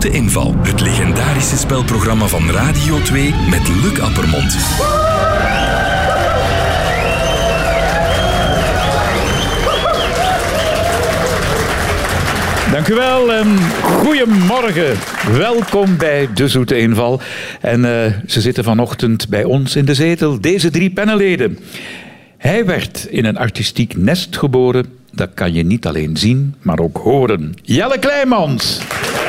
Zoete Inval. Het legendarische spelprogramma van Radio 2 met Luc Appermond. Dank u wel en goedemorgen. Welkom bij De Zoete Inval. En ze zitten vanochtend bij ons in de zetel, deze 3 panelleden. Hij werd in een artistiek nest geboren. Dat kan je niet alleen zien, maar ook horen. Jelle Kleijmans.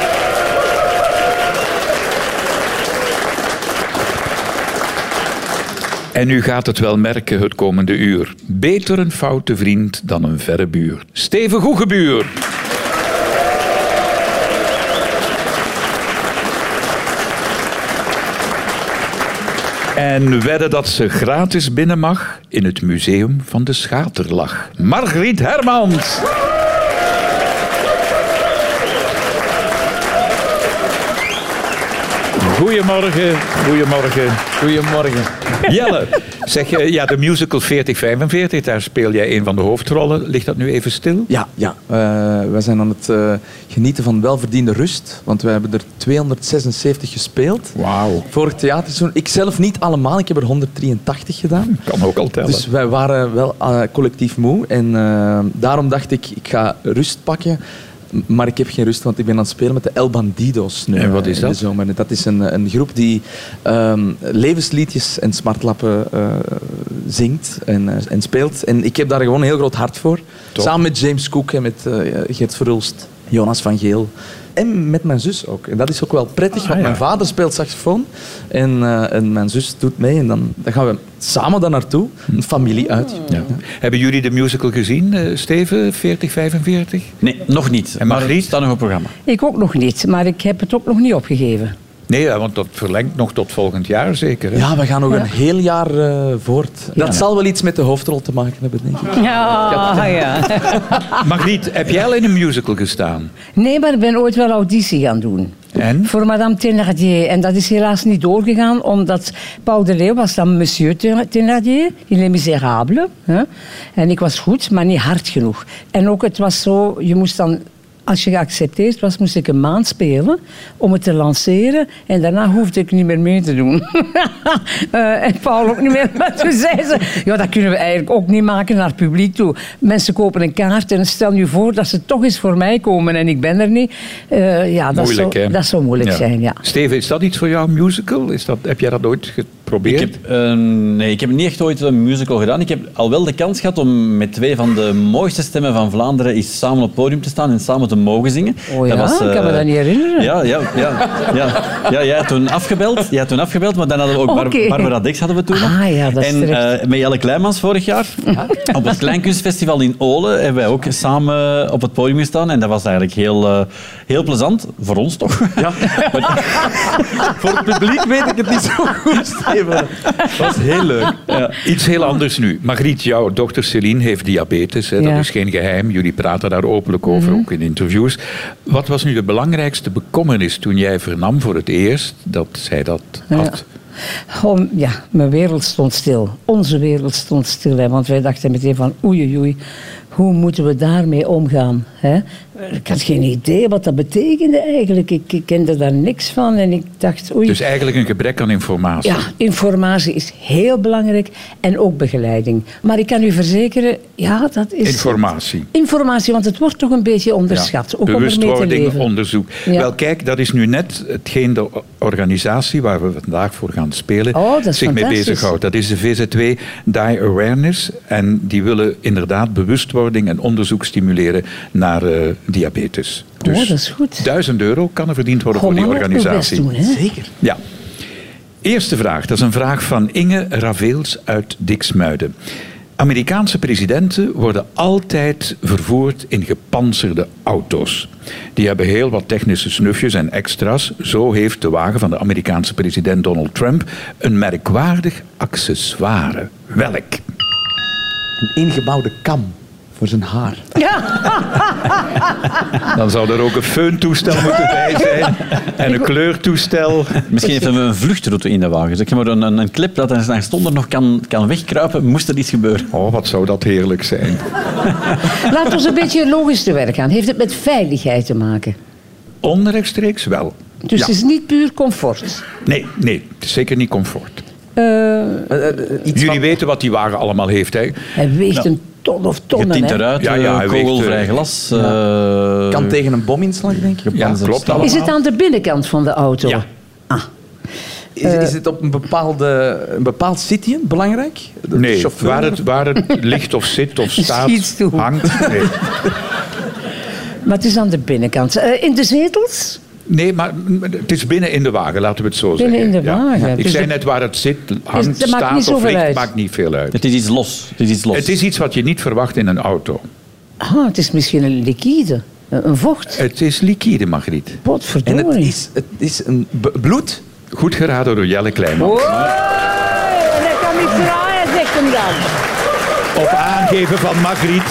En u gaat het wel merken het komende uur. Beter een foute vriend dan een verre buur. Steven Goegebuur. En wedden dat ze gratis binnen mag in het museum van de Schaterlach. Margriet Hermans. Goedemorgen, goedemorgen. Goedemorgen. Jelle, zeg je, ja, de musical 4045, daar speel jij een van de hoofdrollen. Ligt dat nu even stil? Ja. Wij zijn aan het genieten van welverdiende rust, want wij hebben er 276 gespeeld. Wauw. Vorig theaterseizoen. Ik zelf niet allemaal, ik heb er 183 gedaan. Kan ook al tellen. Dus wij waren wel collectief moe en daarom dacht ik ga rust pakken. Maar ik heb geen rust, want ik ben aan het spelen met de El Bandidos nu. En wat is dat? In de zomer. Dat is een groep die levensliedjes en smartlappen zingt en speelt. En ik heb daar gewoon een heel groot hart voor. Top. Samen met James Cook en met Gert Verhulst, Jonas van Geel. En met mijn zus ook. En dat is ook wel prettig, want mijn vader speelt saxofoon en mijn zus doet mee. En dan gaan we samen daar naartoe, een familie uit. Ja. Hebben jullie de musical gezien, Steven, 4045? Nee, nog niet. En Margriet? Maar het staat nog op het programma. Ik ook nog niet, maar ik heb het ook nog niet opgegeven. Nee, ja, want dat verlengt nog tot volgend jaar zeker. Hè? Ja, we gaan nog een heel jaar voort. Dat zal wel iets met de hoofdrol te maken hebben, denk ik. Ja. Margriet, heb jij al in een musical gestaan? Nee, maar ik ben ooit wel auditie gaan doen. En? Voor Madame Thénardier. En dat is helaas niet doorgegaan, omdat Paul de Leeuw was dan Monsieur Thénardier in Les Misérables. Hè? En ik was goed, maar niet hard genoeg. En ook, het was zo, je moest dan... Als je geaccepteerd was, moest ik een maand spelen om het te lanceren. En daarna hoefde ik niet meer mee te doen. En Paul ook niet meer. Maar toen zei ze, ja, dat kunnen we eigenlijk ook niet maken naar het publiek toe. Mensen kopen een kaart en stel je voor dat ze toch eens voor mij komen en ik ben er niet. Moeilijk, dat zou moeilijk zijn, ja. Steven, is dat iets voor jou, musical? Heb jij dat ooit geprobeerd? Nee, ik heb niet echt ooit een musical gedaan. Ik heb al wel de kans gehad om met 2 van de mooiste stemmen van Vlaanderen eens samen op het podium te staan en samen te mogen zingen. Oh ja, dat was, ik kan me dat niet herinneren. Ja, jij had toen afgebeld, maar dan hadden we ook Barbara Dex hadden we toen nog. Ah ja, dat is terecht. Met Jelle Kleijmans vorig jaar op het Kleinkunstfestival in Olen hebben wij ook samen op het podium gestaan en dat was eigenlijk heel plezant. Voor ons toch? Ja. Voor het publiek weet ik het niet zo goed, Steven. Dat was heel leuk. Ja. Iets heel anders nu. Margriet, jouw dochter Céline heeft diabetes. Hè? Dat is geen geheim. Jullie praten daar openlijk over, ook in interviews. Wat was nu de belangrijkste bekommernis toen jij vernam voor het eerst dat zij dat had? Ja, mijn wereld stond stil. Onze wereld stond stil. Hè, want wij dachten meteen van oei, hoe moeten we daarmee omgaan? Hè? Ik had geen idee wat dat betekende eigenlijk. Ik kende daar niks van en ik dacht oei. Dus eigenlijk een gebrek aan informatie. Ja, informatie is heel belangrijk en ook begeleiding. Maar ik kan u verzekeren, ja, dat is... Informatie, want het wordt toch een beetje onderschat. Ja, ook bewustwording, onderzoek. Ja. Wel, kijk, dat is nu net hetgeen de organisatie waar we vandaag voor gaan spelen zich mee bezighoudt. Dat is de VZW Die Awareness. En die willen inderdaad bewustwording en onderzoek stimuleren naar diabetes. Dus dat is goed. €1000 kan er verdiend worden voor die organisatie. Doen, hè? Zeker. Ja. Eerste vraag. Dat is een vraag van Inge Raveels uit Diksmuiden. Amerikaanse presidenten worden altijd vervoerd in gepantserde auto's. Die hebben heel wat technische snufjes en extra's. Zo heeft de wagen van de Amerikaanse president Donald Trump een merkwaardig accessoire. Welk? Een ingebouwde kam voor zijn haar. Dan zou er ook een föhntoestel moeten bij zijn. En een kleurtoestel. Misschien heeft we een vluchtroute in de wagen. Dus maar een clip dat een stonder nog kan wegkruipen, moest er iets gebeuren. Oh, wat zou dat heerlijk zijn. Laten we een beetje logisch te werk gaan. Heeft het met veiligheid te maken? Onrechtstreeks wel. Dus Ja. het is niet puur comfort. Nee, het is zeker niet comfort. Iets Jullie van- weten wat die wagen allemaal heeft, hè? Hij weegt een ton of tonnen. Getinte hè. ruiten, Ja, hij weegt, kogelvrij glas. kan tegen een bominslag, denk ik. Ja, klopt allemaal. Is het aan de binnenkant van de auto? Ja. Is het op een bepaald zitje belangrijk? De Nee, chauffeur? waar het ligt of zit of staat, Schiet toe. hangt. Nee. Maar het is aan de binnenkant. In de zetels? Nee, maar het is binnen in de wagen, laten we het zo Binnen zeggen. in de wagen. Ik Dus zei de- net waar het zit, hangt, dat maakt staat niet of zoveel ligt, uit. maakt niet veel uit. Het is iets los. Het is iets wat je niet verwacht in een auto. Het is misschien een liquide. Een vocht. Het is liquide, Margriet. En Potverdorie. het is een bloed. Goed geraden door Jelle Kleijman. Oh, en hij kan niet draaien, zegt hem dan. Op aangeven van Margriet.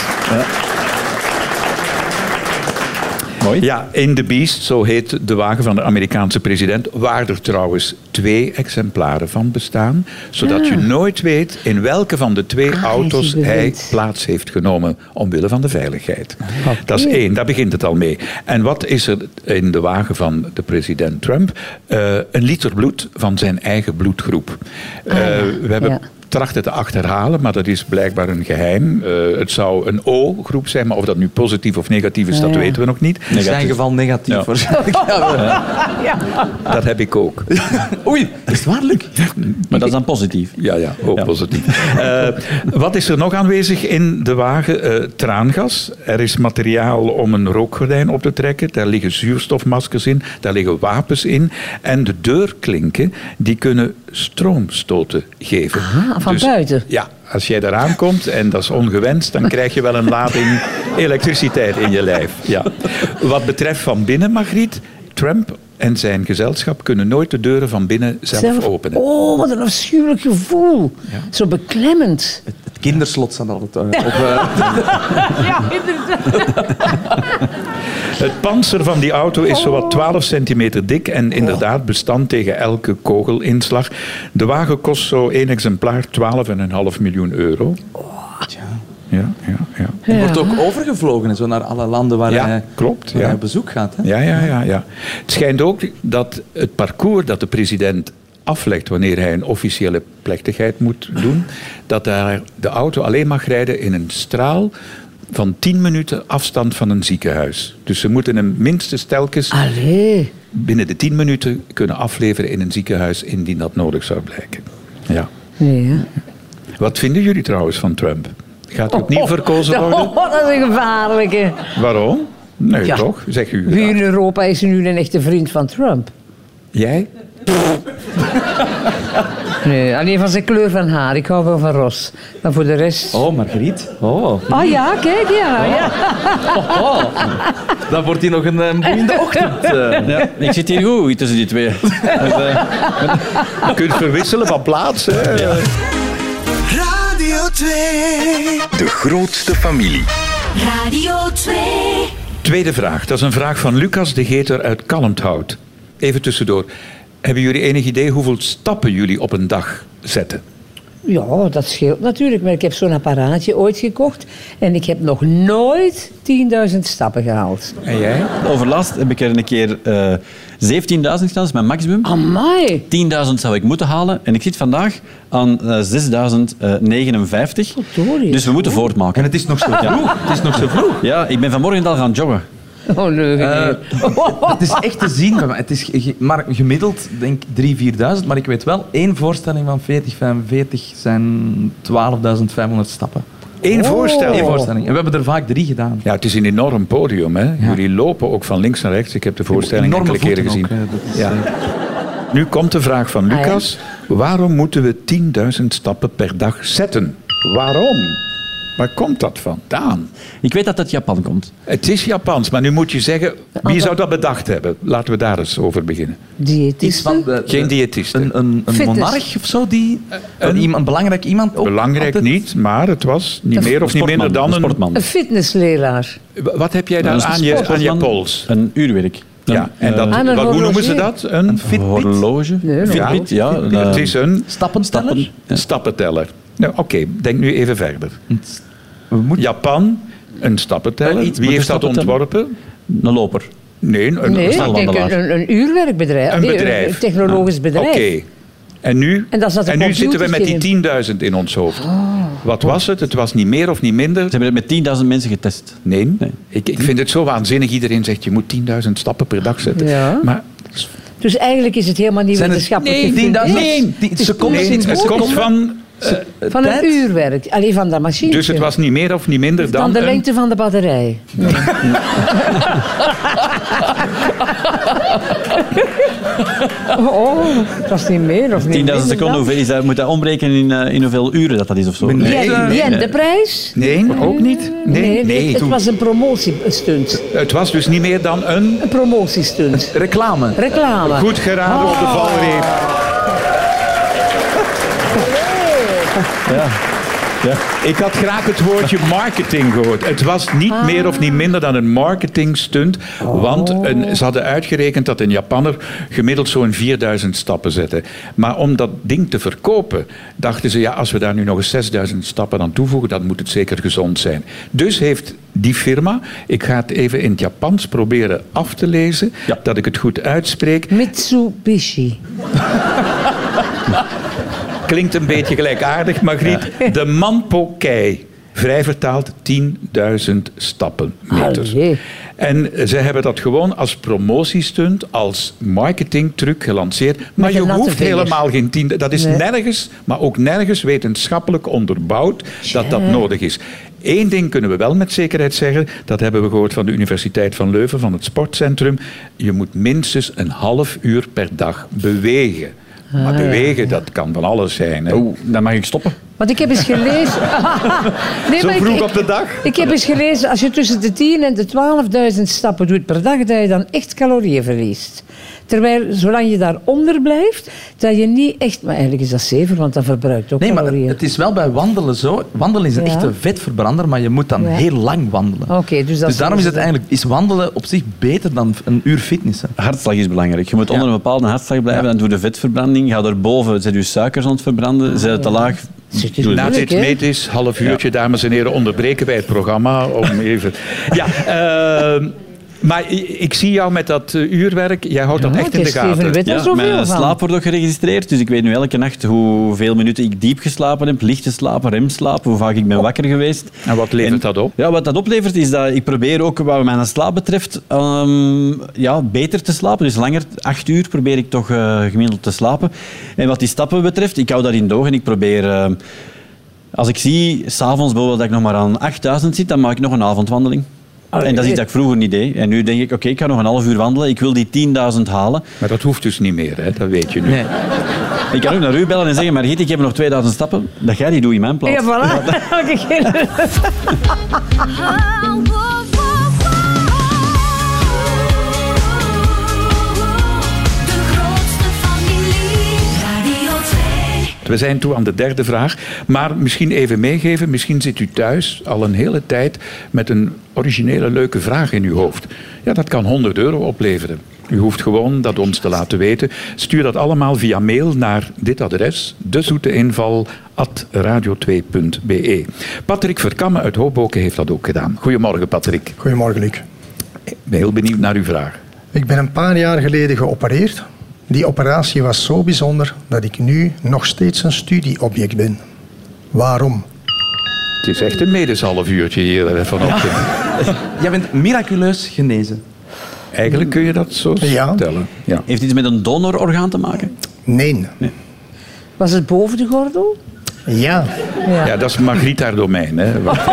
Mooi. Ja, in The Beast, zo heet de wagen van de Amerikaanse president, waar er trouwens 2 exemplaren van bestaan, zodat je nooit weet in welke van de 2 auto's je hij weet. plaats heeft genomen omwille van de veiligheid. Dat is 1, daar begint het al mee. En wat is er in de wagen van de president Trump? 1 liter bloed van zijn eigen bloedgroep. We hebben ja. trachten te achterhalen, maar dat is blijkbaar een geheim. Het zou een O-groep zijn, maar of dat nu positief of negatief is, dat Ja. weten we nog niet. In zijn geval negatief Ja. waarschijnlijk. Dat heb ik ook. Oei, is het waar, Luc? Maar dat is dan positief. Ja, ook Ja. positief. Wat is er nog aanwezig in de wagen? Traangas. Er is materiaal om een rookgordijn op te trekken. Daar liggen zuurstofmaskers in. Daar liggen wapens in. En de deurklinken, die kunnen stroomstoten geven. Van buiten? Ja, als jij eraan komt en dat is ongewenst, dan krijg je wel een lading elektriciteit in je lijf. Ja. Wat betreft van binnen, Margriet, Trump en zijn gezelschap kunnen nooit de deuren van binnen zelf openen. Oh, wat een afschuwelijk gevoel. Zo beklemmend. Het kinderslot staat altijd op. Ja, inderdaad. Het panzer van die auto is zowat 12 centimeter dik en inderdaad bestand tegen elke kogelinslag. De wagen kost zo 1 exemplaar 12,5 miljoen euro. Ja. Het wordt ook overgevlogen en zo naar alle landen waar, Ja, hij, klopt, waar ja. hij op bezoek gaat. Hè? Ja. Het schijnt ook dat het parcours dat de president aflegt wanneer hij een officiële plechtigheid moet doen, dat daar de auto alleen mag rijden in een straal van 10 minuten afstand van een ziekenhuis. Dus ze moeten hem minstens telkens Allee. binnen de 10 minuten kunnen afleveren in een ziekenhuis indien dat nodig zou blijken. Ja. Nee, hè. Wat vinden jullie trouwens van Trump? Gaat hij opnieuw verkozen worden? Oh, dat is een gevaarlijke. Waarom? Nee, Ja. toch? Zeg u. Wie in graag. Europa is nu een echte vriend van Trump? Jij? Nee, alleen van zijn kleur van haar. Ik hou wel van Ros. Maar voor de rest... Oh, Margriet. Oh. Ah ja, kijk, ja. Dan wordt hij nog een boeiende ochtend. Ja, ik zit hier goed tussen die twee. Dus, Je kunt verwisselen van plaats. Hè? Radio 2. De grootste familie. Radio 2. Tweede vraag. Dat is een vraag van Lucas de Geter uit Kalmthout. Even tussendoor. Hebben jullie enig idee hoeveel stappen jullie op een dag zetten? Ja, dat scheelt natuurlijk. Maar ik heb zo'n apparaatje ooit gekocht. En ik heb nog nooit 10.000 stappen gehaald. En jij? overlaatst heb ik er een keer 17.000 gedaan, dat is mijn maximum. Amai. 10.000 zou ik moeten halen en ik zit vandaag aan 6.059. Verdorie. Dus we moeten En voortmaken. het is nog zo vroeg. Het is nog zo vroeg. Ja, ik ben vanmorgen al gaan joggen. Oh, leuk. Het is echt te zien. Het is maar gemiddeld denk 3.000-4.000. Maar ik weet wel, 1 voorstelling van 40-45 zijn 12.500 stappen. Eén voorstel. 1 voorstelling. En we hebben er vaak 3 gedaan. Ja, het is een enorm podium. Hè? Jullie lopen ook van links naar rechts. Ik heb de voorstelling Enorme enkele keren gezien. voeten ook, hè. Dat is, Ja. Nu komt de vraag van Lucas. Waarom moeten we 10.000 stappen per dag zetten? Waarom? Waar komt dat vandaan? Ik weet dat het Japan komt. Het is Japans, maar nu moet je zeggen... Wie zou dat bedacht hebben? Laten we daar eens over beginnen. Iets Diëtisten? van Geen diëtisten. Een Fitness. monarch of zo die... een belangrijk iemand... ook Belangrijk altijd- niet, maar het was niet meer of niet minder dan een... sportman. Een fitnessleraar. Wat heb jij daar Een aan je sportman, pols? Een uurwerk. Ja, en dat, Aan een hoe noemen ze horloge. dat? Een Fitbit. horloge. Nee, Fitbit, ja. Het is een Stappensteller. stappenteller. Nou, Oké, denk nu even verder. We moeten... Japan, een stappenteller. Iets Wie met heeft een dat stappenteller. ontworpen? Een loper. Nee, Nee, ik denk een uurwerkbedrijf. Een bedrijf. Een technologisch bedrijf. Oké. En nu, En daar zat een nu zitten we met computertje die 10.000 in ons hoofd. Wat was het? Het was niet meer of niet minder. Ze hebben het met 10.000 mensen getest. Nee. Nee. Ik vind het zo waanzinnig. Iedereen zegt, je moet 10.000 stappen per dag zetten. Ja. Maar Dus eigenlijk is het helemaal niet Zijn het wetenschappelijk 10.000? gefundeerd. Nee, die seconden nee, sinds het komt van... Van een uurwerk. Alleen van dat machine. Dus het was niet meer of niet minder dan... Dan de een- lengte van de batterij. Oh, het was niet meer of niet 10.000 minder seconden, dan. hoeveel is dat? Moet dat omrekenen in hoeveel uren dat is of zo? Yen, de prijs? Nee, ook niet. Nee. Het was een promotiestunt. Het was dus niet meer dan een... Een promotiestunt. Reclame. Reclame. Goed geraden op de valreep. Ik had graag het woordje marketing gehoord. Het was niet meer of niet minder dan een marketingstunt. Want ze hadden uitgerekend dat een Japanner gemiddeld zo'n 4000 stappen zette. Maar om dat ding te verkopen, dachten ze, ja, als we daar nu nog eens 6000 stappen aan toevoegen, dan moet het zeker gezond zijn. Dus heeft die firma, ik ga het even in het Japans proberen af te lezen, Ja. dat ik het goed uitspreek. Mitsubishi. Klinkt een beetje gelijkaardig, Margriet. De Manpo-kei. Vrij vertaald 10.000 stappenmeters. Allee. En ze hebben dat gewoon als promotiestunt, als marketingtruc gelanceerd. Maar een je natte hoeft vinger. helemaal geen 10... Dat is Nee. nergens, maar ook nergens wetenschappelijk onderbouwd dat dat nodig is. Eén ding kunnen we wel met zekerheid zeggen. Dat hebben we gehoord van de Universiteit van Leuven, van het Sportcentrum. Je moet minstens een half uur per dag bewegen. Maar bewegen, dat kan van alles zijn. Hè. Oh, dan mag ik stoppen. Want ik heb eens gelezen... Nee, Zo maar vroeg op de dag? Ik heb eens gelezen, als je tussen de 10.000 en de 12.000 stappen doet per dag, dat je dan echt calorieën verliest. Terwijl, zolang je daaronder blijft, dat je niet echt... Maar eigenlijk is dat 7, want dat verbruikt ook Nee, maar calorieën. het is wel bij wandelen zo. Wandelen is een Ja. echte vetverbrander, maar je moet dan Ja. heel lang wandelen. Oké, dus dat Dus daarom is het eigenlijk wandelen op zich beter dan een uur fitnessen. Hartslag is belangrijk. Je moet onder een bepaalde hartslag blijven. Dan doe je de vetverbranding. Ga daarboven, zet je suikers aan het verbranden. Zet het te laag. Zit je Doe Na het. moeilijk, dit hè? metis, half uurtje, dames en heren, onderbreken wij het programma om even... Ja, maar ik zie jou met dat uurwerk. Jij houdt dat echt in de Steven gaten. weet er Ja, zoveel mijn van. slaap wordt ook geregistreerd, dus ik weet nu elke nacht hoeveel minuten ik diep geslapen heb, licht geslapen, remslaap, hoe vaak ik ben wakker geweest. En wat levert dat op? Ja, wat dat oplevert is dat ik probeer ook wat mijn slaap betreft beter te slapen. Dus langer, 8 uur probeer ik toch gemiddeld te slapen. En wat die stappen betreft, ik hou dat in de oog en ik probeer... als ik zie, s'avonds bijvoorbeeld dat ik nog maar aan 8000 zit, dan maak ik nog een avondwandeling. En dat is iets dat ik vroeger niet deed. En nu denk ik, oké, ik ga nog een half uur wandelen. Ik wil die 10.000 halen. Maar dat hoeft dus niet meer, hè? Dat weet je nu. Nee. Ik kan ook naar u bellen en zeggen, Margriet, ik heb nog 2000 stappen. Dat jij die doet in mijn plaats. Ja, voilà. Elke keer. De grootste familie. Radio 2. We zijn toe aan de derde vraag. Maar misschien even meegeven. Misschien zit u thuis al een hele tijd met een originele, leuke vraag in uw hoofd. Ja, dat kan €100 opleveren. U hoeft gewoon dat ons te laten weten. Stuur dat allemaal via mail naar dit adres, dezoeteinval@radio2.be. Patrick Verkamme uit Hoboken heeft dat ook gedaan. Goedemorgen, Patrick. Goedemorgen, Luc. Ik ben heel benieuwd naar uw vraag. Ik ben een paar jaar geleden geopereerd. Die operatie was zo bijzonder dat ik nu nog steeds een studieobject ben. Waarom? Het is echt een medisch half uurtje hier vanochtend. Jij bent miraculeus genezen. Eigenlijk kun je dat zo Ja. stellen. Ja. Heeft iets met een donororgaan te maken? Nee. Was het boven de gordel? Ja. Ja, dat is Margriet haar domein. Hè. Wacht.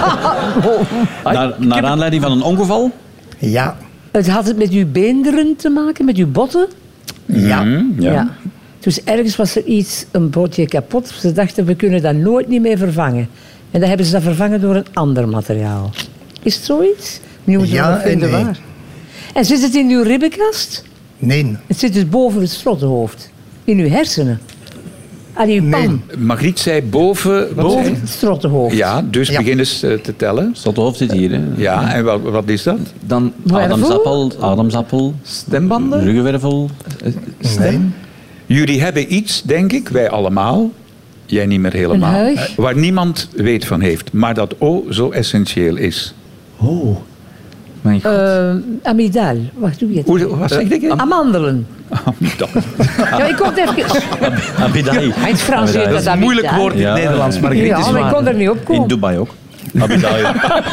Naar aanleiding van een ongeval? Ja. Had het met uw beenderen te maken, met uw botten? Ja. Ja. Dus ergens was er iets, een botje kapot. Ze dachten, we kunnen dat nooit niet meer vervangen. En dan hebben ze dat vervangen door een ander materiaal. Is het zoiets? Nu moeten we Ja nog vinden en nee. waar. En zit het in uw ribbenkast? Nee. Het zit dus boven het strottenhoofd. In uw hersenen. Aan uw Nee. pan. Margriet zei boven... Wat zei Boven je? het strottenhoofd. Ja, dus Ja. begin eens te tellen. Slothoofd zit hier. Hè. Ja, en wat is dat? Dan Adamsappel, stembanden. ruggenwervel. Nee. Jullie hebben iets, denk ik, wij allemaal, jij niet meer helemaal, Een huig? waar niemand weet van heeft, maar dat zo essentieel is. Oh. Mijn god. Amidal. Wacht, hoe heet het? Wat zeg ik? Amandelen. Ja, ik kon het even... Abidai. In het Frans heet Dat is een moeilijk woord in Ja. het Nederlands, maar Griet is Ja, maar ik waar. kon er niet op komen. In Dubai ook. Abidai.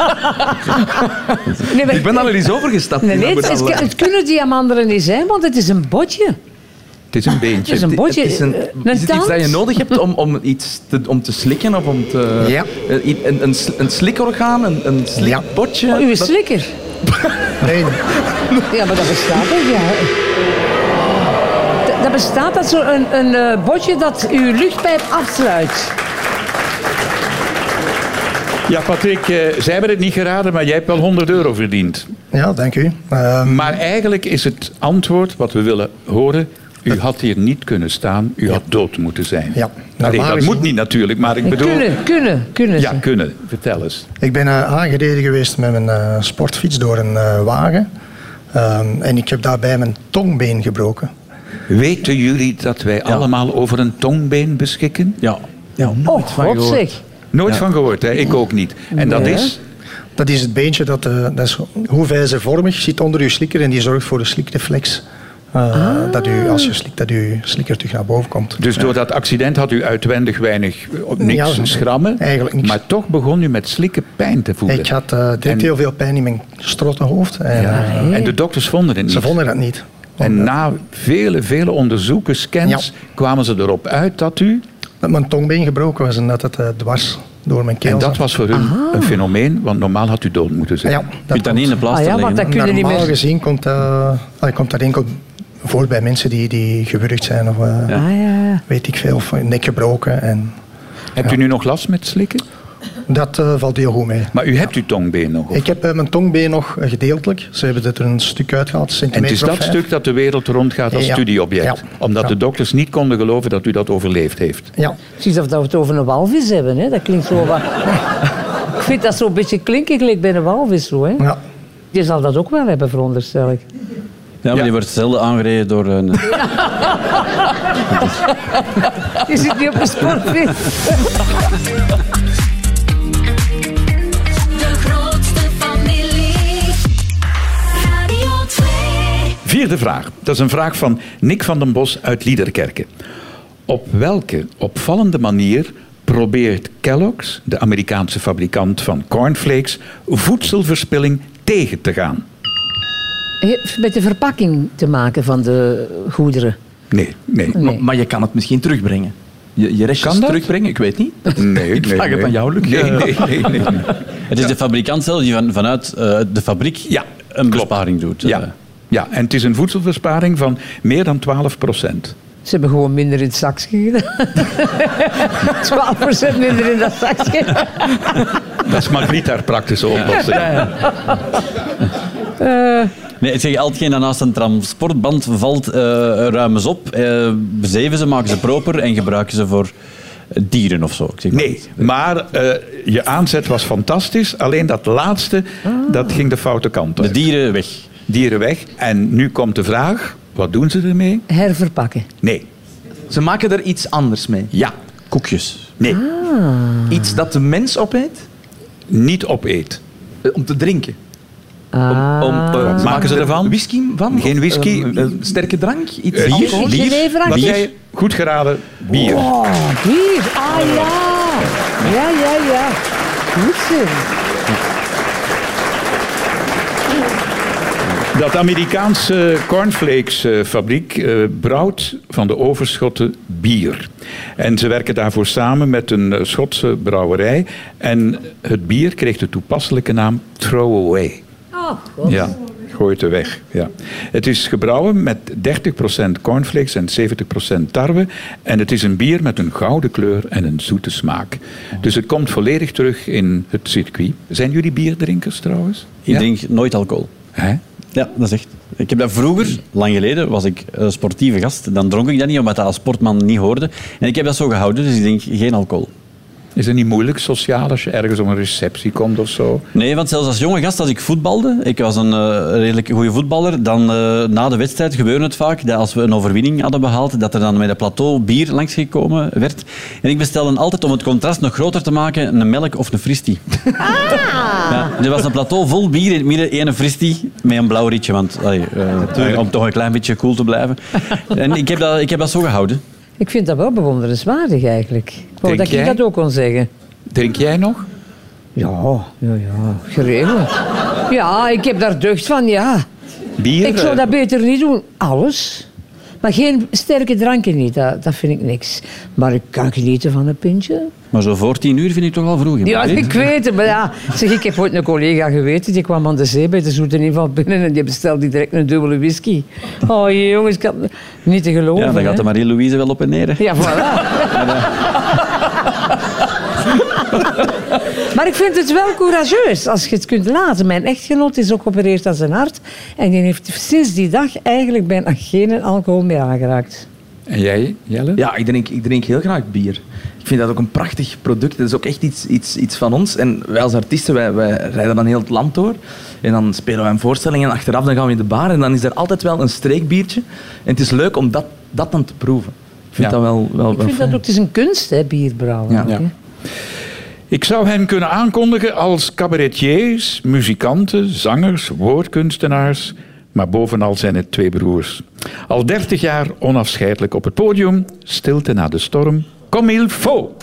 Nee, maar- Ik ben daar al eens overgestapt. Nee, in Abu Dhabi. het kunnen die amandelen niet zijn, want het is een botje. Het is een Het beentje. is een botje. Is een het iets tand. dat je nodig hebt om te slikken of om te... Ja. Een slikorgaan, een slikbotje? Oh, uw Dat- slikker. Nee, Ja, maar dat bestaat ook, ja. Dat bestaat, dat zo een botje dat uw luchtpijp afsluit. Ja, Patrick, zij hebben het niet geraden, maar jij hebt wel €100 verdiend. ja, dank u. Maar eigenlijk is het antwoord wat we willen horen... U had hier niet kunnen staan, u had dood moeten zijn. Ja, Allee, normaal dat gezien- moet niet natuurlijk, maar ik bedoel... Kunnen Ja, ze. kunnen. Vertel eens. Ik ben aangereden geweest met mijn sportfiets door een wagen. En ik heb daarbij mijn tongbeen gebroken. Weten jullie dat wij allemaal over een tongbeen beschikken? Ja. Oh, god gehoord. zeg. Nooit van gehoord, hè? Ik ook niet. En dat Nee. is... Dat is het beentje dat is hoefijzervormig, zit onder uw slikker en die zorgt voor de slikreflex. Dat u, als je slikt, dat uw slikker terug naar boven komt. Dus door dat accident had u uitwendig weinig, niks Ja, schrammen. eigenlijk niks. Maar toch begon u met slikken pijn te voelen. Ik had direct heel veel pijn in mijn strottenhoofd. En, En de dokters vonden het niet. ze vonden dat niet. En na vele onderzoeken, scans, kwamen ze erop uit dat u... Dat mijn tongbeen gebroken was en dat het dwars door mijn keel En dat zat. was voor hun een fenomeen, want normaal had u dood moeten zijn. Ja, Je kunt dat niet in de plaats Ah ja, leggen. want hè. dat kun je niet normaal meer... gezien komt dat enkel voor bij mensen die gewurgd zijn of Ah, ja. weet ik veel, of een nek gebroken. En Hebt u nu nog last met slikken? dat valt heel goed mee. Maar u hebt uw tongbeen nog. Of? Ik heb mijn tongbeen nog gedeeltelijk. Ze hebben er een stuk uitgehaald, En centimeter het is dat of 5. stuk dat de wereld rondgaat als Ja. studieobject. Ja. Omdat Ja. de dokters niet konden geloven dat u dat overleefd heeft. Ja, Precies of dat we het over een walvis hebben. Hè. Dat klinkt zo wat... Ik vind dat zo'n beetje klinken gelijk bij een walvis. Zo, hè. ja. Je zal dat ook wel hebben, veronderstel ik. Ja, maar Ja. die wordt zelden aangereden door een... Je zit niet op een sportfiets. De grootste familie. Radio 2. Vierde vraag. Dat is een vraag van Nick van den Bos uit Liederkerke. Op welke opvallende manier probeert Kellogg's, de Amerikaanse fabrikant van cornflakes, voedselverspilling tegen te gaan? Heeft met de verpakking te maken van de goederen. Nee. Nee. Maar je kan het misschien terugbrengen. Je restjes Kan dat? terugbrengen, ik weet niet. Nee, Ik vraag het aan jou, Luc. Nee. Het is de fabrikant zelf die vanuit de fabriek Ja, een klopt. besparing doet. Ja, en het is een voedselversparing van meer dan 12%. Ze hebben gewoon minder in het zakje gedaan. 12% minder in dat zakje. Dat is Margriet haar praktische oplossing. Nee, ik zeg, al hetgeen dat naast een transportband valt, ruimen ze op, bezeven ze, maken ze proper en gebruiken ze voor dieren of zo. Ik zeg maar Nee, iets. maar je aanzet was fantastisch. Alleen dat laatste, dat ging de foute kant op. De dieren weg. Dieren weg. En nu komt de vraag, wat doen ze ermee? Herverpakken. Nee. Ze maken er iets anders mee. Ja. Koekjes. Nee. Iets dat de mens opeet Niet opeet. om te drinken. Wat maken ze ervan? Whisky van? Geen whisky. Sterke drank? Iets Bier? alcohol? Jenever? Wat jij goed geraden, bier. Oh, bier. Ah ja. Ja. Goed zo. Dat Amerikaanse cornflakesfabriek brouwt van de overschotten bier. En ze werken daarvoor samen met een Schotse brouwerij. En het bier kreeg de toepasselijke naam Throwaway. Oh, God. Ja, gooi het er weg. Ja. Het is gebrouwen met 30% cornflakes en 70% tarwe. En het is een bier met een gouden kleur en een zoete smaak. Dus het komt volledig terug in het circuit. Zijn jullie bierdrinkers trouwens? Ik drink nooit alcohol. Hè? Ja, dat is echt. Ik heb dat vroeger, lang geleden, was ik sportieve gast. Dan dronk ik dat niet, omdat dat als sportman niet hoorde. En ik heb dat zo gehouden, dus ik denk geen alcohol. Is het niet moeilijk, sociaal, als je ergens op een receptie komt of zo? Nee, want zelfs als jonge gast, als ik voetbalde, ik was een redelijk goede voetballer, dan na de wedstrijd gebeurde het vaak dat als we een overwinning hadden behaald, dat er dan met een plateau bier langsgekomen werd. En ik bestelde altijd, om het contrast nog groter te maken, een melk of een fristie. Ja, er was een plateau vol bier, in het midden één fristie met een blauw rietje, want om toch een klein beetje cool te blijven. En ik heb dat zo gehouden. Ik vind dat wel bewonderenswaardig eigenlijk. Ik wou Denk dat ik jij? dat ook kon zeggen. Drink jij nog? Ja, geregeld. Ja, ik heb daar deugd van, ja. Bier? Ik zou dat beter niet doen. Alles. Maar geen sterke dranken niet, dat vind ik niks. Maar ik kan genieten van een pintje. Maar zo voor 10 uur vind ik toch al vroeg. Ja, Margriet? ik weet het. Maar ja, zeg, ik heb ooit een collega geweten, die kwam aan de zee bij de Zoete Inval binnen en die bestelde direct een dubbele whisky. Oh jongens, ik had niet te geloven. Ja, dan gaat de hè. Marie-Louise wel op en neer. Hè. Ja, voilà. Maar ik vind het wel courageus als je het kunt laten. Mijn echtgenoot is ook geopereerd aan zijn hart en die heeft sinds die dag eigenlijk bijna geen alcohol meer aangeraakt. En jij, Jelle? Ja, ik drink heel graag bier. Ik vind dat ook een prachtig product. Dat is ook echt iets van ons. En wij als artiesten, wij rijden dan heel het land door. En dan spelen wij een voorstelling en achteraf dan gaan we in de bar. En dan is er altijd wel een streekbiertje. En het is leuk om dat dan te proeven. Ik vind dat wel Ik vind dat fijn. ook, het is een kunst, hè, bier brouwen. Ja. ook, hè. Ja. Ik zou hen kunnen aankondigen als cabaretiers, muzikanten, zangers, woordkunstenaars. Maar bovenal zijn het twee broers. Al 30 jaar onafscheidelijk op het podium. Stilte na de storm. Comme il faut.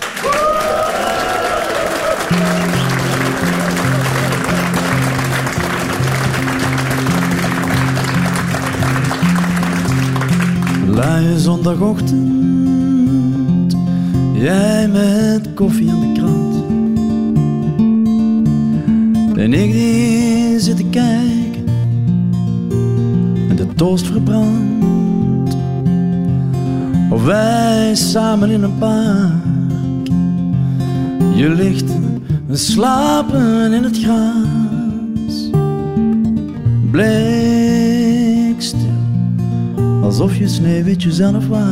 Luie zondagochtend, jij met koffie aan de krant. En ik die zit te kijken en de toast verbrandt. Of wij samen in een park, je ligt, we slapen in het gras. Bleek stil, alsof je Sneeuwwitje zelf was.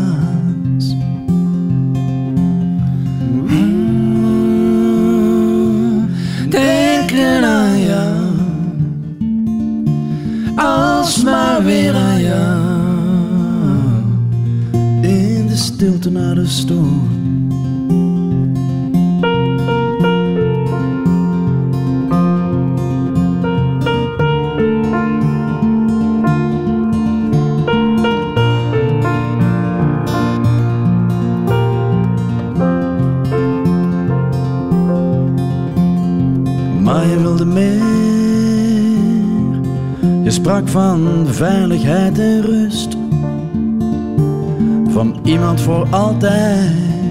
Denken aan jou, alsmaar weer aan jou. In de stilte na de storm. Maar je wilde meer. Je sprak van veiligheid en rust. Van iemand voor altijd,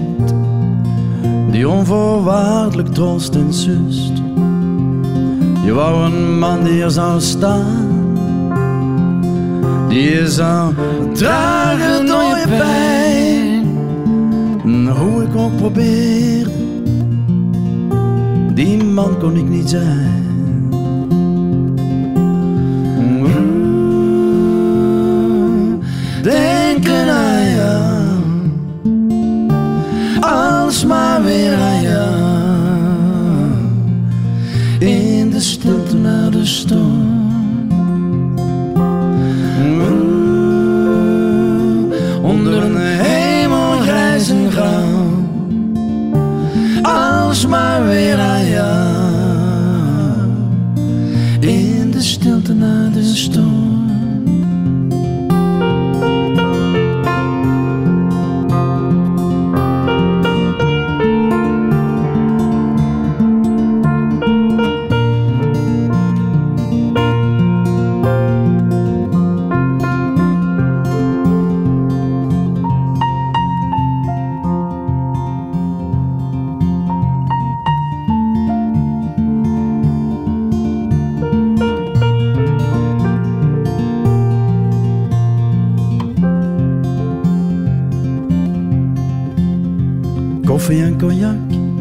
die onvoorwaardelijk troost en sust. Je wou een man die er zou staan, die je zou dragen door je pijn. Hoe ik ook probeerde, die man kon ik niet zijn. Denken aan jou, alsmaar weer aan jou. In de stilte na de storm. Onder een hemel grijs en grauw, alsmaar weer aan jou. In de stilte na de storm. Koffie en cognac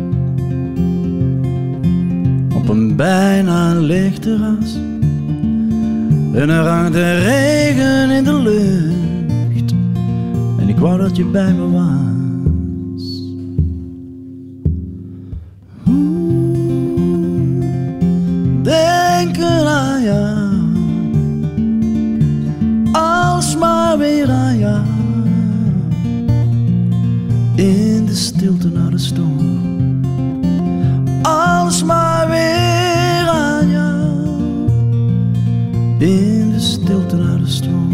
op een bijna leeg terras. En er hangt de regen in de lucht. En ik wou dat je bij me was. in de stilte naar de storm. Alles maar weer aan jou, in de stilte naar de storm.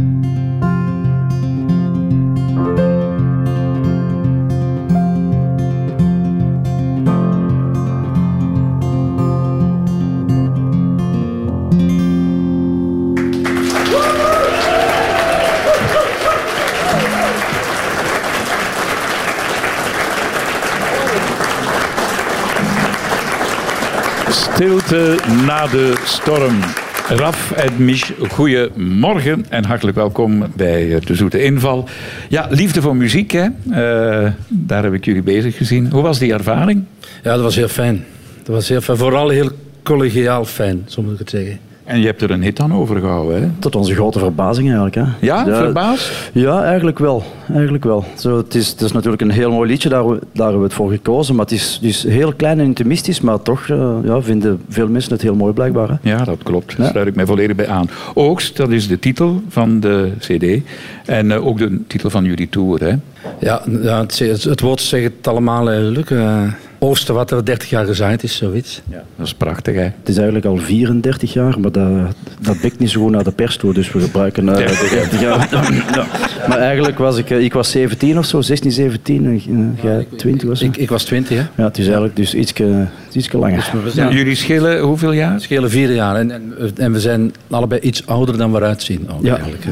Stilte na de storm. Raf en Mich, goedemorgen en hartelijk welkom bij De Zoete Inval. Ja, liefde voor muziek, hè? Daar heb ik jullie bezig gezien. Hoe was die ervaring? Ja, dat was heel fijn. Dat was heel fijn. Vooral heel collegiaal fijn, zo moet ik het zeggen. En je hebt er een hit aan overgehouden, hè? Tot onze grote verbazing eigenlijk. Hè? Ja, verbaasd? Ja, eigenlijk wel. Eigenlijk wel. Zo, het is natuurlijk een heel mooi liedje, daar hebben we het voor gekozen. Maar het is heel klein en intimistisch, maar toch vinden veel mensen het heel mooi blijkbaar. Hè? Ja, dat klopt. Daar sluit ik mij volledig bij aan. Oogst, dat is de titel van de cd. En ook de titel van jullie tour, hè? Ja, het woord zegt het allemaal eigenlijk. Oogsten wat er 30 jaar gezaaid is, zoiets. Ja, dat is prachtig, hè? Het is eigenlijk al 34 jaar, maar dat bikt niet zo goed naar de pers toe, dus we gebruiken de 30 jaar. Ja. Maar eigenlijk was ik was 17 of zo, 16, 17 en jij 20 was ik was 20, hè? Ja, het is eigenlijk dus ietske langer. Dus Jullie schelen hoeveel jaar? We schelen 4 jaar en we zijn allebei iets ouder dan we eruit zien. Eigenlijk.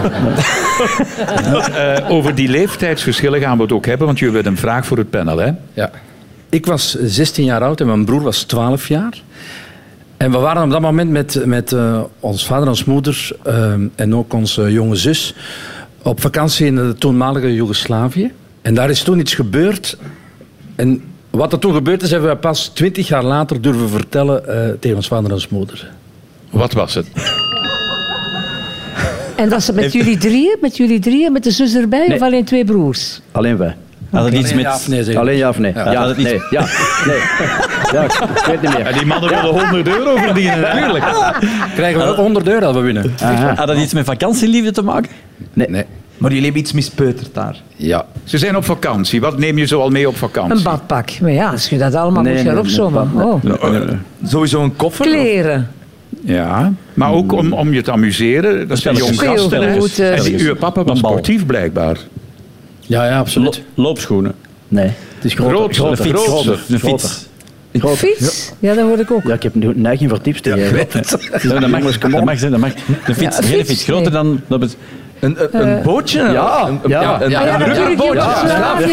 Ja. Over die leeftijdsverschillen gaan we het ook hebben, want jullie hebben een vraag voor het panel, hè? Ja. Ik was 16 jaar oud en mijn broer was 12 jaar. En we waren op dat moment met ons vader en ons moeder en ook onze jonge zus op vakantie in het toenmalige Joegoslavië. En daar is toen iets gebeurd. En wat er toen gebeurd is, hebben we pas 20 jaar later durven vertellen tegen ons vader en ons moeder. Wat was het? En dat is met jullie drieën, met de zus erbij, Nee. of alleen 2 broers? Alleen wij. Had het iets met... Ja of nee, zeg. Alleen ja of nee? Ja, Ja, dat nee. iets- Ja, nee. Ja, ik weet niet meer. Ja, die mannen willen €100 verdienen, natuurlijk. Krijgen we ook €100 als we winnen. Had dat iets met vakantieliefde te maken? Nee. Maar jullie hebben iets mispeuterd daar. Ja. Ze zijn op vakantie. Wat neem je zo al mee op vakantie? Een badpak. Maar ja, als je dat allemaal moet gaan opzommen. Oh. Sowieso een koffer? Kleren. Ja, maar ook om je te amuseren. Dat zijn jong gasten, hè? Speelgoed, En uw papa was een bal. sportief, blijkbaar. Ja, absoluut. Loopschoenen. Nee, het is Groter, groter. groter. Een fiets. Fiets? Ja, dat hoor ik ook. Ja, ik heb nu een neiging voor tips te geven. Nou, Dat mag zijn, dat mag. De fiets, Ja, de hele fiets, fiets, groter nee. dan... Dat is, Een bootje? Ja, ja. Ah ja, natuurlijk, Joegoslavië.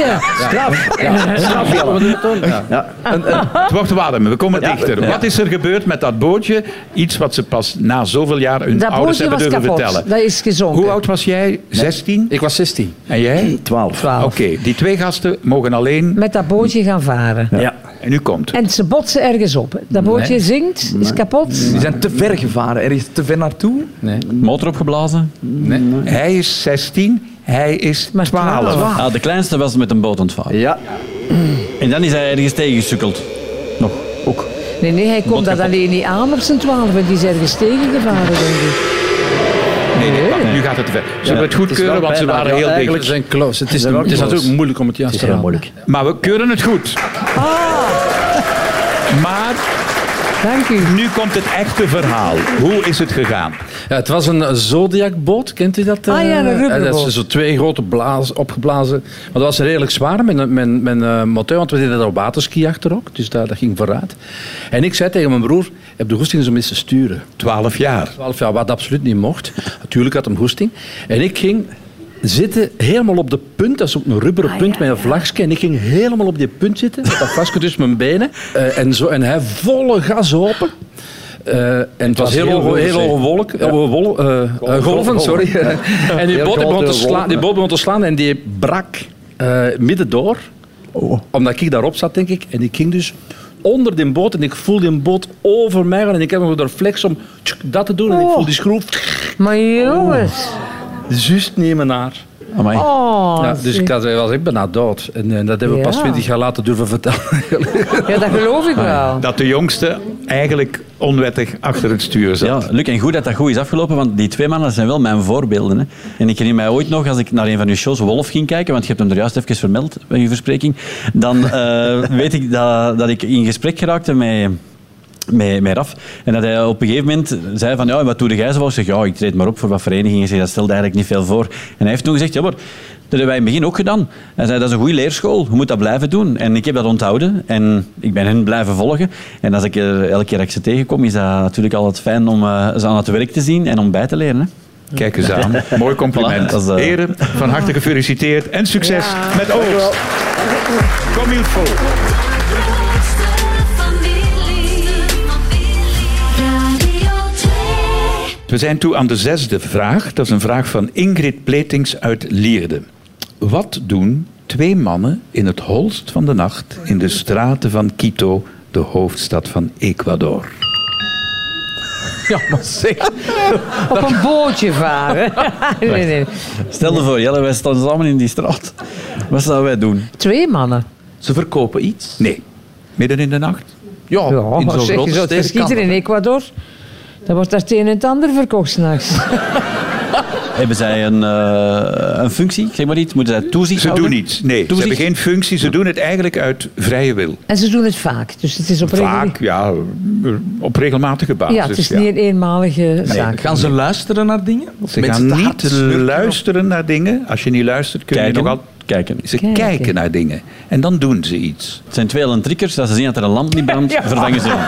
Wacht, we komen dichter. Wat is er gebeurd met dat bootje? Iets wat ze pas na zoveel jaar hun Dat ouders bootje hebben was durven kapot. vertellen. Dat is gezonken. Hoe oud was jij? 16? Ik was 16. En jij? 12. Oké, die 2 gasten mogen alleen... Met dat bootje gaan varen. Ja. En u komt. En ze botsen ergens op. Dat bootje zinkt, is kapot. Die zijn te ver gevaren, ergens te ver naartoe. Nee. Motor opgeblazen. Nee. Hij is 16, hij is Maar 12. 12. Ah, de kleinste was met een boot aan het varen. Ja. En dan is hij ergens tegengesukkeld. Nog, ook. Nee, hij komt dat alleen niet aan op zijn 12. Die is ergens tegengevaren, denk ik. Nee, wacht, nu gaat het te ver. Zullen we het goedkeuren, want ze waren heel We dicht. zijn close. Het is zijn wel close. natuurlijk moeilijk om het juist Het is te heel raden. moeilijk. Maar we keuren het goed. Maar Dank u. nu komt het echte verhaal. Hoe is het gegaan? Ja, het was een Zodiac-boot, kent u dat? Ah ja, een rubberboot. Dat is zo 2 grote opgeblazen. Maar dat was redelijk zwaar met motor, want we deden daar waterski achter ook. Dus dat ging vooruit. En ik zei tegen mijn broer, heb de goesting eens om eens te sturen. 12 jaar. 12 jaar, wat absoluut niet mocht. Natuurlijk had hem goesting. En ik ging zitten helemaal op de punt, dat is ook een rubberen punt met een vlagje. En ik ging helemaal op die punt zitten, met dat vastje tussen mijn benen. En hij volle gas open. En het was heel hoge golven, sorry. En die boot begon te slaan en die brak midden door. Omdat ik daarop zat, denk ik. En ik ging dus onder die boot en ik voel die boot over mij gaan. En ik heb nog de reflex om dat te doen. En ik voel die schroef Maar jongens. juist niet in mijn haar. Amai. Oh, Ja, dus ik was echt bijna dood. En dat hebben we pas Ja. 20 jaar later durven vertellen. ja, dat geloof ik wel. Dat de jongste eigenlijk onwettig achter het stuur zat. Ja, Luc, en goed dat dat goed is afgelopen, want die twee mannen zijn wel mijn voorbeelden. Hè. En ik herinner mij ooit nog, als ik naar een van uw shows Wolf ging kijken, want je hebt hem er juist even vermeld bij uw verspreking, dan weet ik dat ik in gesprek geraakte met Raf. En dat hij op een gegeven moment zei van, ja, wat doe jij zo? Ik zeg, ja, ik treed maar op voor wat verenigingen. Ik zeg, dat stelde eigenlijk niet veel voor. En hij heeft toen gezegd, ja, maar dat hebben wij in het begin ook gedaan. Hij zei, dat is een goede leerschool, je moet dat blijven doen. En ik heb dat onthouden en ik ben hen blijven volgen. En als ik elke keer dat ik ze tegenkom, is dat natuurlijk altijd fijn om ze aan het werk te zien en om bij te leren. Hè. Kijk eens aan. Mooi compliment. Voilà, dat is, Heren, van harte gefeliciteerd en succes met Oogst. Kom il faut. We zijn toe aan de 6e vraag. Dat is een vraag van Ingrid Pletings uit Lierde. Wat doen twee mannen in het holst van de nacht in de straten van Quito, de hoofdstad van Ecuador? Ja, maar zeg. Op een bootje varen. nee. Stel je voor, Jelle, wij staan samen in die straat. Wat zouden wij doen? 2 mannen. Ze verkopen iets. Nee. Midden in de nacht? Ja, Ja, in maar zo'n zeg, je grote zou het steden verschieten kan in dat. Ecuador. Dan wordt daar het een en het ander verkocht s'nachts. Hebben zij een functie? Zeg maar iets. Moeten zij toezicht Ze houden? doen niets. Nee, ze Toezicht? hebben geen functie. Ze doen het eigenlijk uit vrije wil. En ze doen het vaak. Dus het is op Vaak, ja, op regelmatige basis. Ja, het is niet een eenmalige zaak. Gaan ze luisteren naar dingen? Of Ze mensen gaan te hard niet snurken? luisteren naar dingen. Als je niet luistert, kun je Kijken. nog altijd... Kijken. Ze Kijken. kijken naar dingen. En dan doen ze iets. Het zijn 2 elektriekers. Als ze zien dat er een lamp niet brandt, vervangen ze hem.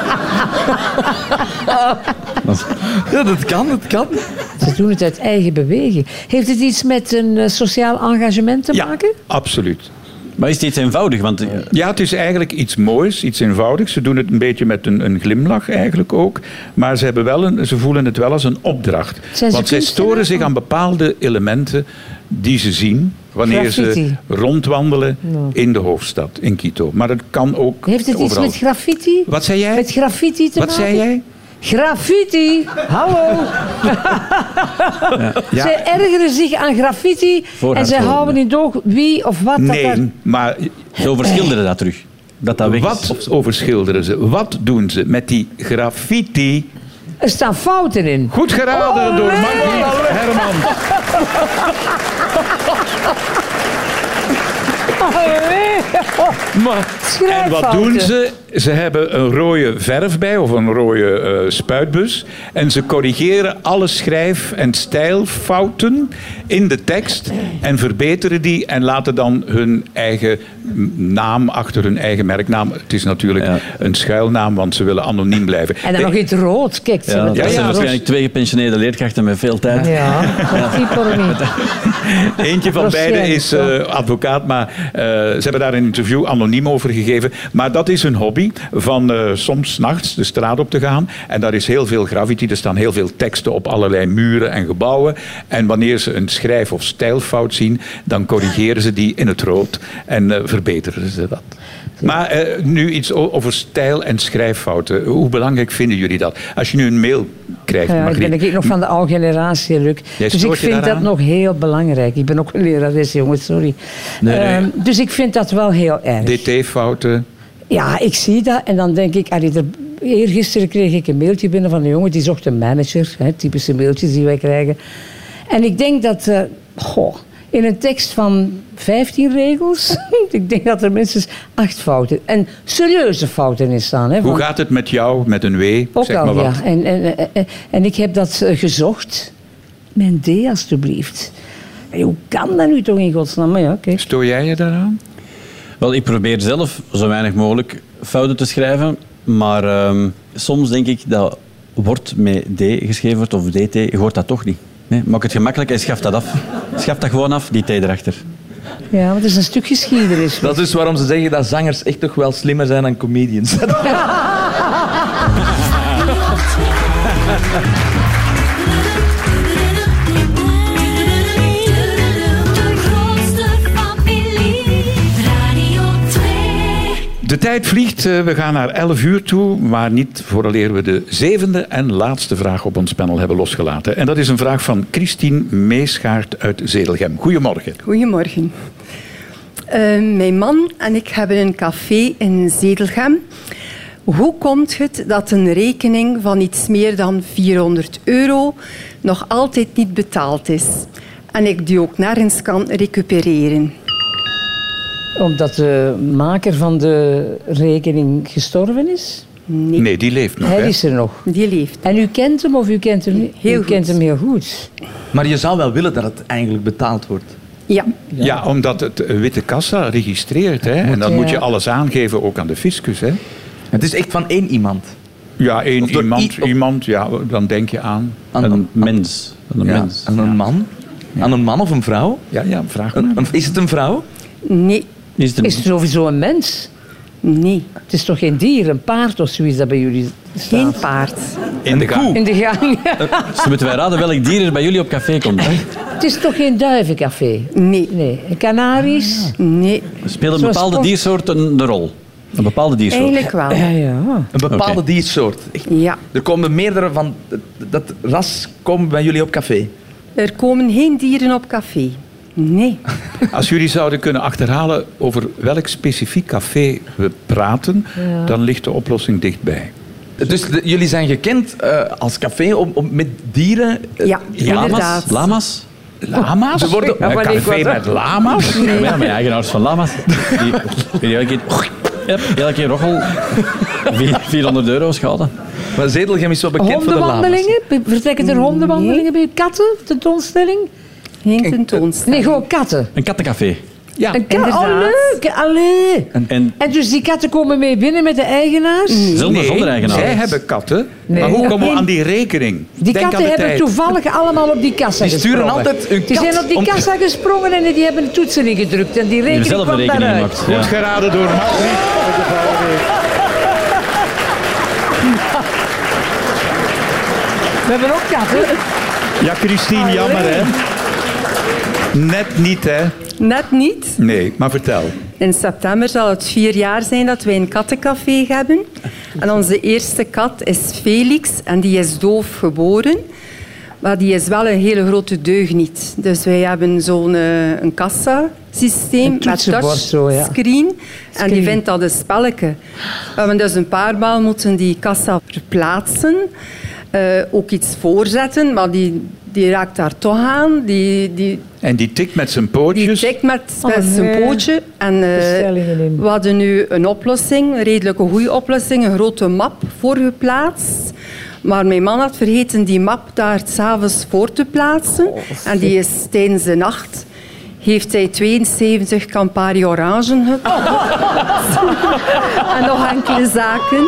Ja, dat kan. Ze doen het uit eigen beweging. Heeft het iets met een sociaal engagement te maken? Absoluut. Maar is het iets eenvoudig? Want Ja, het is eigenlijk iets moois, iets eenvoudigs. Ze doen het een beetje met een glimlach eigenlijk ook. Maar ze voelen het wel als een opdracht. Zijn ze Want zij kunstenaar? storen zich aan bepaalde elementen die ze zien wanneer ze Graffiti. rondwandelen in de hoofdstad, in Quito. Maar het kan ook Heeft het iets overal. met graffiti? Wat zei jij? Met graffiti te Wat maken? zei jij? Graffiti! Hallo! Ja. Zij ergeren zich aan graffiti en zij houden in oog wie of wat dat daar... Nee, maar ze overschilderen dat terug. Dat weg is. wat overschilderen ze? Wat doen ze met die graffiti? Er staan fouten in. Goed geraden door Margriet Herman. En wat doen ze? Ze hebben een rode verf bij of een rode spuitbus. En ze corrigeren alle schrijf- en stijlfouten in de tekst. En verbeteren die en laten dan hun eigen naam achter hun eigen merknaam. Het is natuurlijk een schuilnaam, want ze willen anoniem blijven. En dan nog in het rood. Kijk, ze Ja, hebben dat het zijn rood. waarschijnlijk 2 gepensioneerde leerkrachten met veel tijd. Ja, dat type niet. Eentje van beiden is advocaat, maar ze hebben daar een interview anoniem over gegeven. Maar dat is hun hobby, van soms 's nachts de straat op te gaan. En daar is heel veel graffiti, er staan heel veel teksten op allerlei muren en gebouwen. En wanneer ze een schrijf- of stijlfout zien, dan corrigeren ze die in het rood en verbeteren ze dat. Maar nu iets over stijl- en schrijffouten. Hoe belangrijk vinden jullie dat? Als je nu een mail krijgt, Ja, ik Margriet. ben nog van de oude generatie, Luc. Jij Dus ik stoort je vind dat daaraan? nog heel belangrijk. Ik ben ook een lerares, jongens, sorry. Nee. Dus ik vind dat wel heel erg. DT-fouten. Ja, ik zie dat en dan denk ik... Eergisteren kreeg ik een mailtje binnen van een jongen die zocht een manager. Hè, typische mailtjes die wij krijgen. En ik denk dat... in een tekst van 15 regels... ik denk dat er minstens 8 fouten... en serieuze fouten in staan. Hè, Hoe van- gaat het met jou, met een W? Ook Zeg al, maar wat. ja. En ik heb dat gezocht. Mijn D, alstublieft. Hoe kan dat nu toch in godsnaam? Maar ja, kijk. Stoor jij je daaraan? Wel, ik probeer zelf zo weinig mogelijk fouten te schrijven. Maar soms denk ik dat wordt met D geschreven wordt of DT. Je hoort dat toch niet. Nee, maak het gemakkelijk en schaf dat af. Schaf dat gewoon af, die T erachter. Ja, want het is een stuk geschiedenis. Dat is dus waarom ze zeggen dat zangers echt toch wel slimmer zijn dan comedians. De grootste familie, Radio 2. De tijd vliegt. We gaan naar 11 uur toe, maar niet vooraleer we de 7e en laatste vraag op ons panel hebben losgelaten. En dat is een vraag van Christine Meeschaert uit Zedelgem. Goedemorgen. Goedemorgen. Mijn man en ik hebben een café in Zedelgem. Hoe komt het dat een rekening van iets meer dan €400 nog altijd niet betaald is? En ik die ook nergens kan recupereren. Omdat de maker van de rekening gestorven is? Nee, Nee, die leeft nog. hij hè? is er nog. Die leeft. En u kent hem of u kent hem niet? Heel U goed. kent hem heel goed. Maar je zou wel willen dat het eigenlijk betaald wordt. Ja. Ja, omdat het witte kassa registreert. Hè? En dan ja. moet je alles aangeven, ook aan de fiscus. Hè? Het is echt van één iemand. Ja, één Of door iemand, ja, dan denk je aan. Een mens. Een Ja, mens. aan een man. Aan een man of een vrouw? Ja, vraag maar. Is het een vrouw? Nee. Is het een... Is het sowieso een mens? Nee. Het is toch geen dier, een paard of zoiets dat bij jullie staat? Geen paard. In de gang. In de gang. Dus moeten wij raden welk dier er bij jullie op café komt. Hè? Het is toch geen duivencafé? Nee. Nee. Een Canaries? Nee. Speelt een Zo'n bepaalde sport- diersoort een rol? Een bepaalde diersoort? Eigenlijk wel. Ja, ja. Een bepaalde Oké. diersoort. Echt. Ja. Er komen meerdere van dat ras komen bij jullie op café. Er komen geen dieren op café. Nee. Als jullie zouden kunnen achterhalen over welk specifiek café we praten, dan ligt de oplossing dichtbij. Dus jullie zijn gekend als café met dieren. Ja, inderdaad. Lama's? Lama's? Ze worden- Een café met lama's? Ja, mijn eigenaars van lama's. Die elke keer... Yep, elke keer rochel. €400 schade. Maar Zedelgem is wel bekend voor de lama's. Hondenwandelingen? Vertrekken er hondenwandelingen bij katten? Tentoonstelling? Geen tentoonstelling. Nee, gewoon katten. Een kattencafé. Ja. Een kat? Oh, inderdaad. leuk. Allee. En En dus die katten komen mee binnen met de eigenaars? zonder eigenaar. zij hebben katten. Nee. Maar hoe komen we Nee. aan die rekening? Die Denk aan katten de hebben tijd. toevallig allemaal op die kassa Die sturen gesprongen. altijd een Die kat zijn op die om- kassa gesprongen en die hebben de toetsen ingedrukt. En die Die rekening hebben zelf een kwam rekening daaruit. gemaakt. Goed Ja. geraden door Margriet. We hebben ook katten. Ja, Christine, jammer hè. Net niet hè. Net niet. Nee, maar vertel. In september zal het 4 jaar zijn dat wij een kattencafé hebben. En onze eerste kat is Felix en die is doof geboren. Maar die is wel een hele grote deugniet. Dus wij hebben zo'n een kassasysteem Een met toetsenbord zo, ja. touchscreen. En die vindt dat een spelletje. We hebben dus een paar maal moeten die kassa verplaatsen. Ook iets voorzetten, maar die raakt daar toch aan. Die En die tikt met zijn pootjes. tikt met Oh, zijn nee. pootje. En Bestellingen in. we hadden nu een oplossing, een redelijke goede oplossing, een grote map voorgeplaatst. Maar mijn man had vergeten die map daar 's avonds voor te plaatsen. En die is tijdens de nacht... Heeft hij 72 Campari Orangen gepakt. En nog enkele zaken.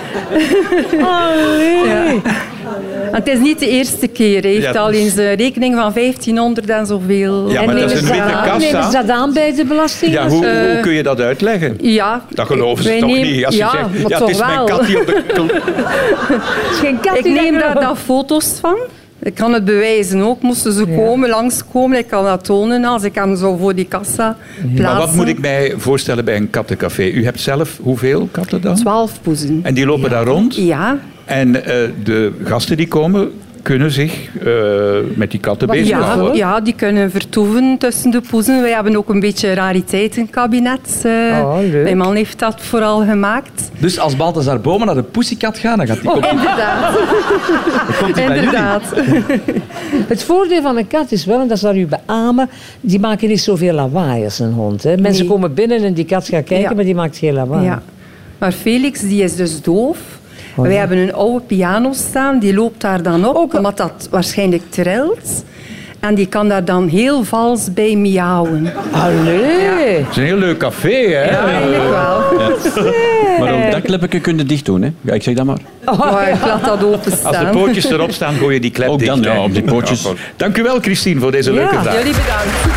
Ja. En het is niet de eerste keer. Hij heeft Ja, al dus- eens een rekening van 1500 en zoveel. Ja, maar dat is een witte kassa. Nemen ze dat aan bij de belasting? Ja, hoe kun je dat uitleggen? Ja. Dat geloven ze wij toch nemen- niet? Als je ja, zegt, maar ja, het toch is mijn wel. kat die op de... Het is geen kat Ik die neem dat- daar foto's van. Ik kan het bewijzen ook. Moesten ze komen, langskomen. Ik kan dat tonen als ik hem zo voor die kassa plaatsen. Maar wat moet ik mij voorstellen bij een kattencafé? U hebt zelf hoeveel katten dan? 12 poezen. En die lopen daar rond? Ja. En de gasten die komen, kunnen zich met die katten bezighouden? Ja, die kunnen vertoeven tussen de poezen. Wij hebben ook een beetje rariteitenkabinet. Oh, leuk. Mijn man heeft dat vooral gemaakt. Dus als Balthazar Boma naar de Pussycat gaat, dan gaat hij Inderdaad. komt hij bij jullie. Inderdaad. Het voordeel van een kat is wel, en dat zal u beamen, die maken niet zoveel lawaai als een hond. Hè. Mensen Nee. komen binnen en die kat gaat kijken, Ja. maar die maakt geen lawaai. Ja. Maar Felix die is dus doof. Oh, Wij ja. hebben een oude piano staan, die loopt daar dan op, Ook- omdat dat waarschijnlijk trilt. En die kan daar dan heel vals bij miauwen. Allee. Het is een heel leuk café, hè? Ja, eigenlijk wel. Maar ook dat klepje kun je dicht doen. Hè? Ja, ik zeg dat maar. Maar ik laat dat Als openstaan. de pootjes erop staan, gooi je die klep Ook dicht. dan, ja, hè? op die pootjes. goed. Dank u wel, Christine, voor deze leuke vraag. Jullie bedankt.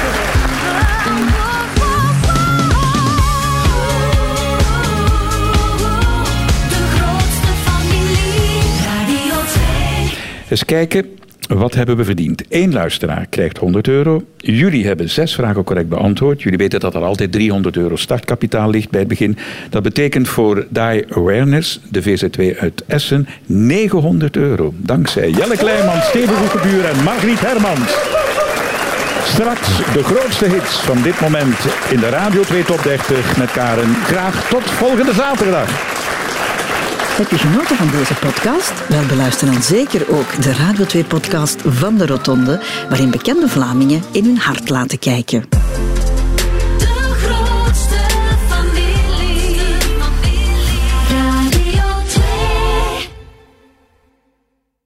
De grootste familie. Radio 2. Eens kijken. Wat hebben we verdiend? 1 luisteraar krijgt €100. Jullie hebben 6 vragen correct beantwoord. Jullie weten dat er altijd €300 startkapitaal ligt bij het begin. Dat betekent voor Die Awareness, de VZ2 uit Essen, €900. Dankzij Jelle Kleijmans, Steven Goekebuur en Margriet Hermans. Straks de grootste hits van dit moment in de Radio 2 Top 30 met Karen. Graag tot volgende zaterdag. Heb je genoten van deze podcast? Wel, beluister dan zeker ook de Radio 2-podcast van de Rotonde, waarin bekende Vlamingen in hun hart laten kijken.